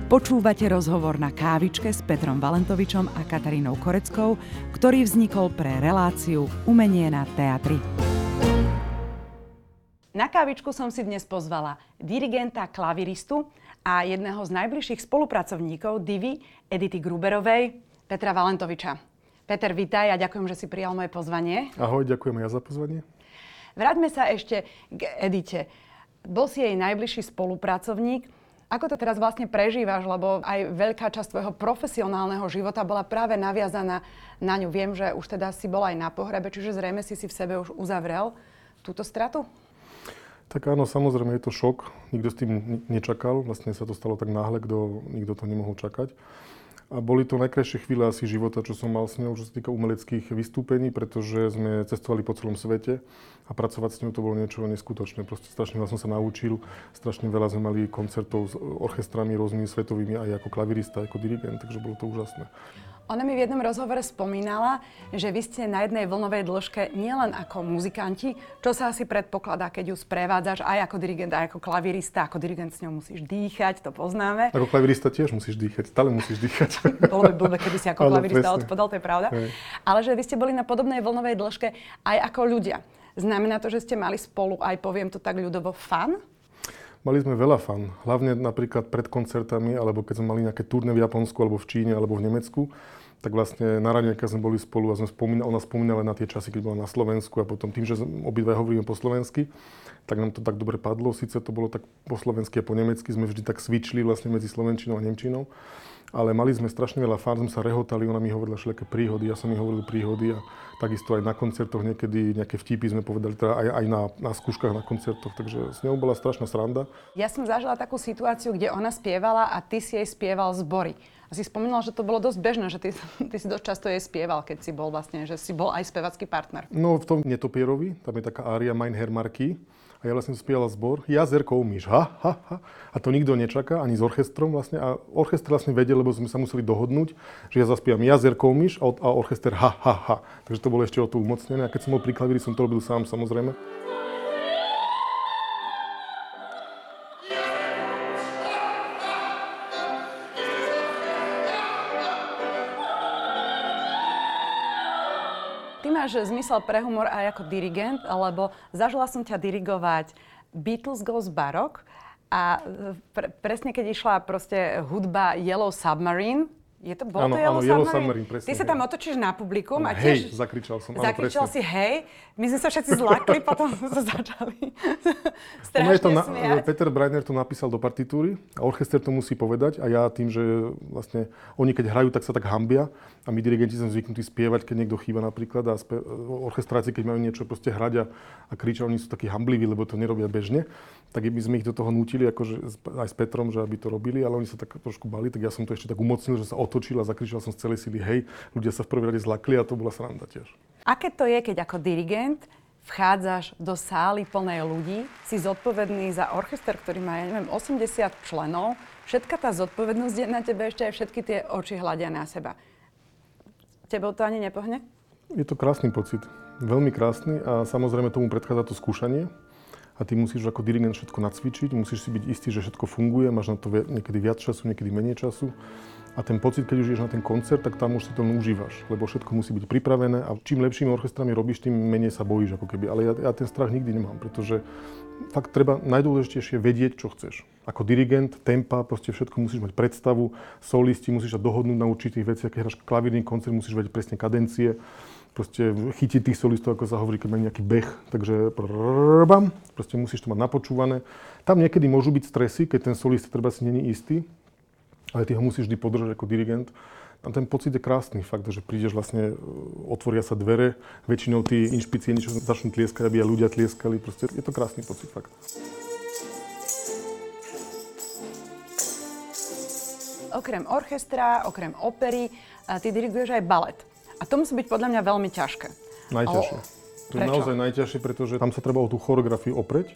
Počúvate rozhovor na kávičke s Petrom Valentovičom a Katarínou Koreckou, ktorý vznikol pre reláciu Umenie na teatri. Na kávičku som si dnes pozvala dirigenta, klaviristu a jedného z najbližších spolupracovníkov Divy, Edity Gruberovej, Petra Valentoviča. Peter, vítaj a ďakujem, že si prijal moje pozvanie. Ahoj, ďakujem ja za pozvanie. Vráťme sa ešte k Edite. Bol si jej najbližší spolupracovník. Ako to teraz vlastne prežívaš, lebo aj veľká časť tvojho profesionálneho života bola práve naviazaná na ňu. Viem, že už teda si bol aj na pohrebe, čiže zrejme si v sebe už uzavrel túto stratu? Tak áno, samozrejme je to šok. Nikto s tým nečakal. Vlastne sa to stalo tak náhle, nikto to nemohol čakať. A boli to najkrajšie chvíle asi života, čo som mal s ňou, čo sa týka umeleckých vystúpení, pretože sme cestovali po celom svete a pracovať s ňou to bolo niečo neskutočné. Proste strašne veľa som sa naučil, strašne veľa sme mali koncertov s orchestrami rôznymi svetovými aj ako klavirista, ako dirigent, takže bolo to úžasné. Ona mi v jednom rozhovore spomínala, že vy ste na jednej vlnovej dĺžke nielen ako muzikanti, čo sa asi predpokladá, keď ju sprevádzaš aj ako dirigent, aj ako klavirista. Ako dirigent s ňou musíš dýchať, to poznáme. Ako klavirista tiež musíš dýchať, stále musíš dýchať. Bolo by blbé, keby si ako klavirista odpovedal, to je pravda. Hej. Ale že vy ste boli na podobnej vlnovej dĺžke aj ako ľudia. Znamená to, že ste mali spolu aj, poviem to tak ľudovo, fun? Mali sme veľa fun, hlavne napríklad pred koncertami, alebo keď sme mali nejaké turné v Japonsku, alebo v Číne, alebo v Nemecku, tak vlastne na raňajkách sme boli spolu a ona spomínala na tie časy, keď bola na Slovensku a potom tým, že obidva hovoríme po slovensky, tak nám to tak dobre padlo. Sice to bolo tak po slovensky a po nemecky, sme vždy tak switchli vlastne medzi slovenčinou a nemčinou. Ale mali sme strašne veľa fán, sme sa rehotali, ona mi hovorila všelijaké príhody, ja som jej hovoril príhody a takisto aj na koncertoch niekedy nejaké vtipy sme povedali, teda aj na skúškach na koncertoch, takže s ňou bola strašná sranda. Ja som zažila takú situáciu, kde ona spievala a ty si jej spieval zbory. A si spomínala, že to bolo dosť bežné, že ty si dosť často jej spieval, keď si bol vlastne, že si bol aj spevacký partner. No v tom Netopierovi, tam je taká ária Mein Herr Marquis. A ja vlastne spievala zbor, Jazerkou myš, ha. A to nikto nečaká, ani s orchestrom vlastne. A orchester vlastne vedel, lebo sme sa museli dohodnúť, že ja zaspievam Jazerkou myš a orchester ha. Takže to bolo ešte o to umocnené. A keď som bol pri klavíri, som to robil sám, samozrejme. Ty máš zmysel pre humor aj ako dirigent, lebo zažila som ťa dirigovať Beatles Goes Baroque a presne keď išla proste hudba Yellow Submarine, bolo to Yellow Submarine? Presne, ty sa tam otočíš na publikum a tiež... tiež... zakričal som. Zakričal si hej. My sme sa všetci zlakli, potom sa začali strašne smiať. Peter Breitner to napísal do partitúry a orchester to musí povedať a ja tým, že vlastne oni keď hrajú, tak sa tak hanbia a my dirigenti sme zvyknutí spievať, keď niekto chýba napríklad a orchestráci, keď majú niečo proste hrať a kričia, oni sú takí hambliví, lebo to nerobia bežne, tak by sme ich do toho nútili, akože aj s Petrom, že aby to robili, ale oni sa tak trošku bali, tak ja som to ešte tak umocnil, že sa otočil a zakričal som z celej sily hej, ľudia sa v prvej rade zlakli a to bola sranda tiež. Aké to je, keď ako dirigent vchádzaš do sály plnej ľudí, si zodpovedný za orchester, ktorý má, 80 členov, všetka tá zodpovednosť je na tebe, ešte aj všetky tie oči hľadia na seba. Tebou to ani nepohne? Je to krásny pocit, veľmi krásny a samozrejme tomu predchádza to skúšanie. A ty musíš ako dirigent všetko nacvičiť, musíš si byť istý, že všetko funguje, máš na to niekedy viac času, niekedy menej času. A ten pocit, keď už ideš na ten koncert, tak tam už si to užívaš, lebo všetko musí byť pripravené a čím lepšími orchestrami robíš, tým menej sa bojíš ako keby. Ale ja ten strach nikdy nemám, pretože fakt treba najdôležitejšie vedieť, čo chceš. Ako dirigent, tempa, proste všetko musíš mať predstavu, solisti, musíš sa dohodnúť na určitých veciach, keď hráš klavírny koncert, musíš vedieť presne kadencie. Proste chytiť tých solistov, ako sa hovorí, keď majú nejaký beh, takže proste musíš to mať napočúvané. Tam niekedy môžu byť stresy, keď ten solista treba si není istý, ale ty ho musíš vždy podržať ako dirigent. A ten pocit je krásny, fakt, že prídeš vlastne, otvoria sa dvere, väčšinou tí inšpicie niečo začnú tlieskať, aby aj ľudia tlieskali, proste je to krásny pocit, fakt. Okrem orchestra, okrem opery, ty diriguješ aj balet. A to musí byť podľa mňa veľmi ťažké. Najťažšie. To je naozaj najťažšie, pretože tam sa treba o tú choreografiu oprieť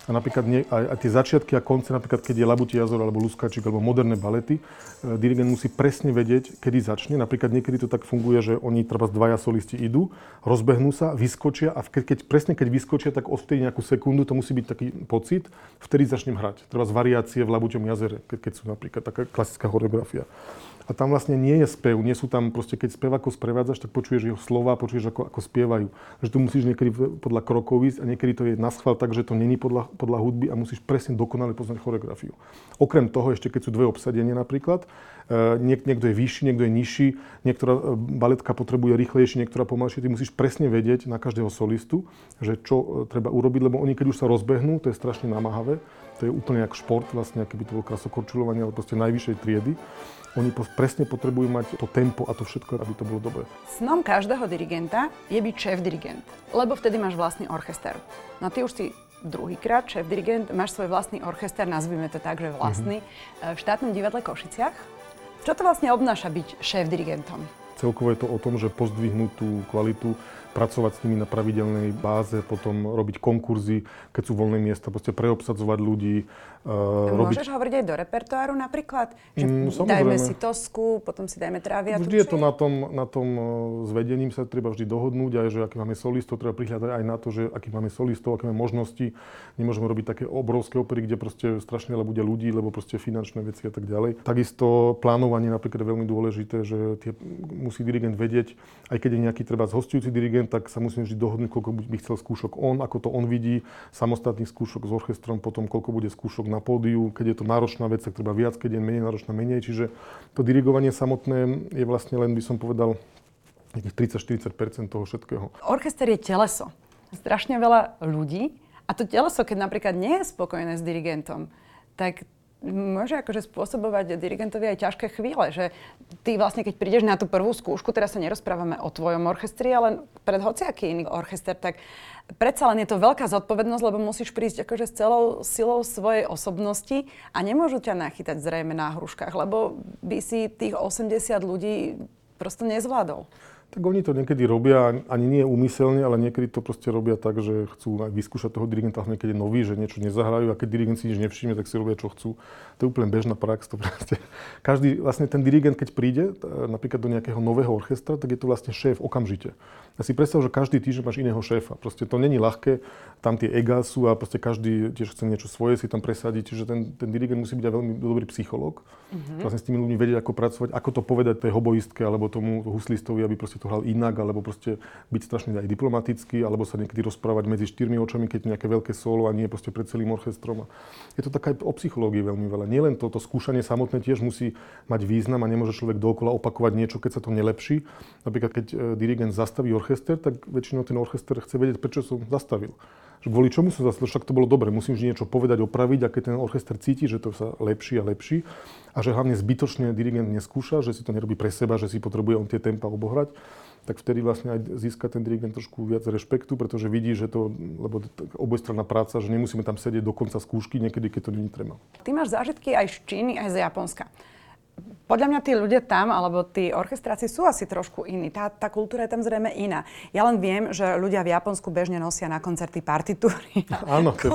A napríklad aj tie začiatky a konce, napríklad keď je Labutí jazor alebo Luskačík alebo moderné balety, dirigent musí presne vedieť, kedy začne. Napríklad niekedy to tak funguje, že oni treba dvaja solisti idú, rozbehnú sa, vyskočia a keď vyskočia, tak odvtedy nejakú sekundu, to musí byť taký pocit, vtedy začnem hrať. Treba z variácie v Labuťom jazere, keď sú napríklad taká klasická choreografia. A tam vlastne nie je spev, nie sú tam proste, keď spevákov sprevádzaš, tak počuješ jeho slova, počuješ ako spievajú. Že tu musíš niekedy podľa krokov ísť a niekedy to je naschvál tak, že to není podľa hudby a musíš presne dokonale poznať choreografiu. Okrem toho, ešte keď sú dve obsadenia napríklad, niekto je vyšší, niekto je nižší, niektorá baletka potrebuje rýchlejšie, niektorá pomalšie, ty musíš presne vedieť na každého solistu, že čo treba urobiť, lebo oni keď už sa rozbehnú, to je strašne namáhavé, to je úplne jak šport, vlastne, keby to bolo krasokorčuľovanie, ale proste najvyššej triedy. Oni presne potrebujú mať to tempo a to všetko, aby to bolo dobré. Snom každého dirigenta je byť šéf-dirigent, lebo vtedy máš vlastný orchester. No a ty už si druhýkrát šéf-dirigent, máš svoj vlastný orchester, nazvime to tak, že vlastný, v štátnom divadle Košiciach. Čo to vlastne obnáša byť šéf-dirigentom? Celkovo je to o tom, že pozdvihnúť tú kvalitu, pracovať s nimi na pravidelnej báze, potom robiť konkurzy, keď sú voľné miesta, proste preobsadzovať ľudí. Môžeš hovoriť aj do repertoáru napríklad? Že dajme si Tosku, potom si dajme Traviatu? Vždy je to na tom s vedením sa treba vždy dohodnúť, aj že aký máme solistov, treba prihľadať aj na to, že aký máme solistov, aké máme možnosti. Nemôžeme robiť také obrovské opery, kde proste strašne veľa bude ľudí, lebo proste finančné veci a tak ďalej. Takisto plánovanie napríklad je veľmi dôležité, že musí dirigent vedieť, aj keď je nejaký treba hostujúci dirigent, tak sa musíme vždy dohodnúť, koľko by chcel skúšok on, ako to on vidí, samostatných skúšok s orchestrom, potom koľko bude skúšok na pódiu, keď je to náročná vec, tak treba viac, keď je menej náročná, menej. Čiže to dirigovanie samotné je vlastne len, by som povedal, nejakých 30-40% toho všetkého. Orchester je teleso. Strašne veľa ľudí a to teleso, keď napríklad nie je spokojné s dirigentom, tak môže akože spôsobovať dirigentovi aj ťažké chvíle, že ty vlastne, keď prídeš na tú prvú skúšku, teraz sa nerozprávame o tvojom orchestri, ale pred hociaký iný orchester, tak predsa len je to veľká zodpovednosť, lebo musíš prísť akože s celou silou svojej osobnosti a nemôžu ťa nachytať zrejme na hruškách, lebo by si tých 80 ľudí prosto nezvládol. Tak oni to niekedy robia, ani nie úmyselne, ale niekedy to proste robia tak, že chcú aj vyskúšať toho dirigenta, hlavne keď je nový, že niečo nezahrajú a keď dirigent si nič nevšimne, tak si robia, čo chcú. To je úplne bežná prax. To proste. Každý, vlastne ten dirigent, keď príde napríklad do nejakého nového orchestra, tak je to vlastne šéf okamžite. Ja si predstav, že každý týždeň máš iného šéfa. Proste to není ľahké, tam tie egá sú a proste každý tiež chce niečo svoje si tam presadiť, čiže ten dirigent musí byť aj veľmi dobrý psychológ. Vlastne s tými ľuďmi vedieť, ako pracovať, ako to povedať tej hoboistke alebo tomu huslistovi, aby proste to hral inak, alebo proste byť strašne aj diplomatický, alebo sa niekedy rozprávať medzi štyrmi očami, keď je nejaké veľké solo a nie proste pred celým orchestrom. Je to taká aj o psychológii veľmi veľa. Nielen to skúšanie samotné tiež musí mať význam a nemôže človek dookola opakovať niečo, keď sa to nelepší. Napríklad keď dirigent zastaví orchester, tak väčšinou ten orchester chce vedieť, prečo som zastavil. Že kvôli čomu som zastavil, však to bolo dobre, musím vždy niečo povedať, opraviť, a keď ten orchester cíti, že to sa lepší a lepší a že hlavne zbytočne dirigent neskúša, že si to nerobí pre seba, že si potrebuje on tie tempa obohrať, tak vtedy vlastne aj získa ten dirigent trošku viac rešpektu, pretože vidí, že to, lebo obojstranná práca, že nemusíme tam sedieť do konca skúšky, niekedy, keď to nie treba. Ty máš zážitky aj z Číny, aj z Japonska. Podľa mňa tí ľudia tam, alebo tí orchestráci sú asi trošku iní. Tá kultúra je tam zrejme iná. Ja len viem, že ľudia v Japonsku bežne nosia na koncerty partitúry. Áno, to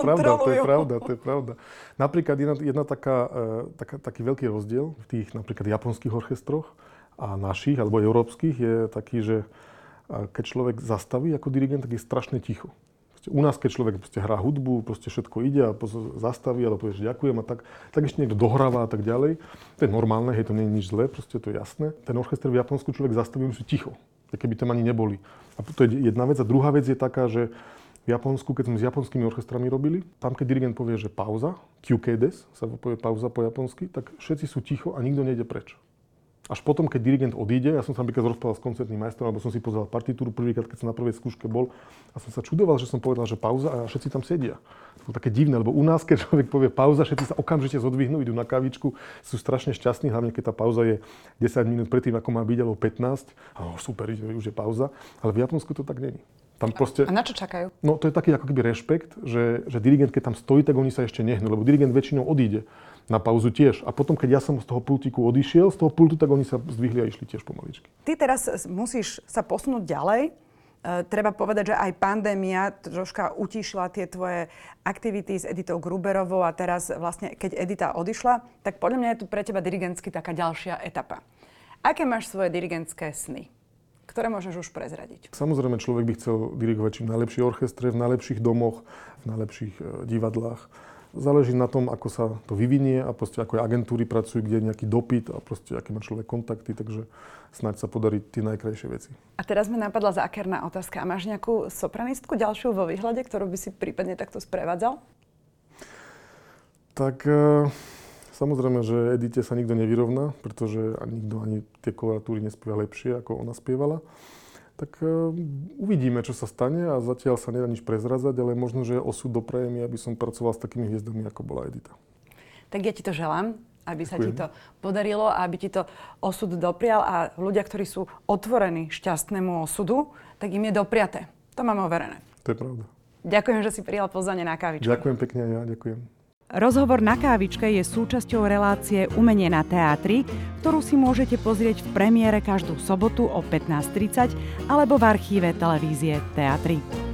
je pravda. Napríklad jedna taký veľký rozdiel v tých napríklad japonských orchestroch a našich, alebo európskych, je taký, že keď človek zastaví ako dirigent, tak je strašne ticho. U nás, keď človek hrá hudbu, proste všetko ide a zastaví, alebo povie, že ďakujem a tak ešte niekto dohráva a tak ďalej. To je normálne, hej, to nie je nič zlé, proste to je jasné. Ten orchester v Japonsku človek zastaví, musí ticho, keby tam ani neboli. A to je jedna vec. A druhá vec je taká, že v Japonsku, keď sme s japonskými orchestrami robili, tam keď dirigent povie, že pauza, kyuke-des, sa povie pauza po japonsky, tak všetci sú ticho a nikto nejde preč. Až potom, keď dirigent odíde, ja som sa napríklad rozprával s koncertným majstrom, alebo som si pozeral partitúru prvýkrát, keď som na prvej skúške bol, a som sa čudoval, že som povedal, že pauza a všetci tam sedia. To bolo také divné, lebo u nás, keď človek povie pauza, všetci sa okamžite zodvihnú, idú na kávičku, sú strašne šťastní, hlavne keď tá pauza je 10 minút predtým, ako má byť, alebo 15. Super, už je pauza, ale v Japonsku to tak není. Tam proste, a na čo čakajú? No to je taký ako keby rešpekt, že dirigent, keď tam stojí, tak oni sa ešte nehnú, lebo dirigent väčšinou odíde na pauzu tiež. A potom, keď ja som z toho pultíku odišiel, z toho pultu, tak oni sa zdvihli a išli tiež pomaličky. Ty teraz musíš sa posunúť ďalej Treba povedať, že aj pandémia troška utíšila tie tvoje aktivity s Editou Gruberovou a teraz vlastne, keď Edita odišla, tak podľa mňa je tu pre teba dirigentsky taká ďalšia etapa. Aké máš svoje dirigentské sny, ktoré môžeš už prezradiť? Samozrejme, človek by chcel dirigovať čím najlepšie orchestre, v najlepších domoch, v najlepších divadlách. Záleží na tom, ako sa to vyvinie a proste ako aj agentúry pracujú, kde je nejaký dopyt a proste aký má človek kontakty, takže snáď sa podarí tie najkrajšie veci. A teraz mi napadla zákerná otázka. A máš nejakú sopranistku ďalšiu vo výhľade, ktorú by si prípadne takto sprevádzal? Tak samozrejme, že Edite sa nikto nevyrovná, pretože nikto ani tie koloratúry nespieva lepšie, ako ona spievala. Tak uvidíme, čo sa stane a zatiaľ sa nedá nič prezradzať, ale možno, že osud dopraje mi, aby som pracoval s takými hviezdami, ako bola Edita. Tak ja ti to želám, aby sa ti to podarilo a aby ti to osud doprial a ľudia, ktorí sú otvorení šťastnému osudu, tak im je dopriaté. To mám overené. To je pravda. Ďakujem, že si prijal pozvanie na kávičku. Ďakujem pekne a ja ďakujem. Rozhovor na kávičke je súčasťou relácie Umenie na teátri, ktorú si môžete pozrieť v premiére každú sobotu o 15:30 alebo v archíve televízie Teatry.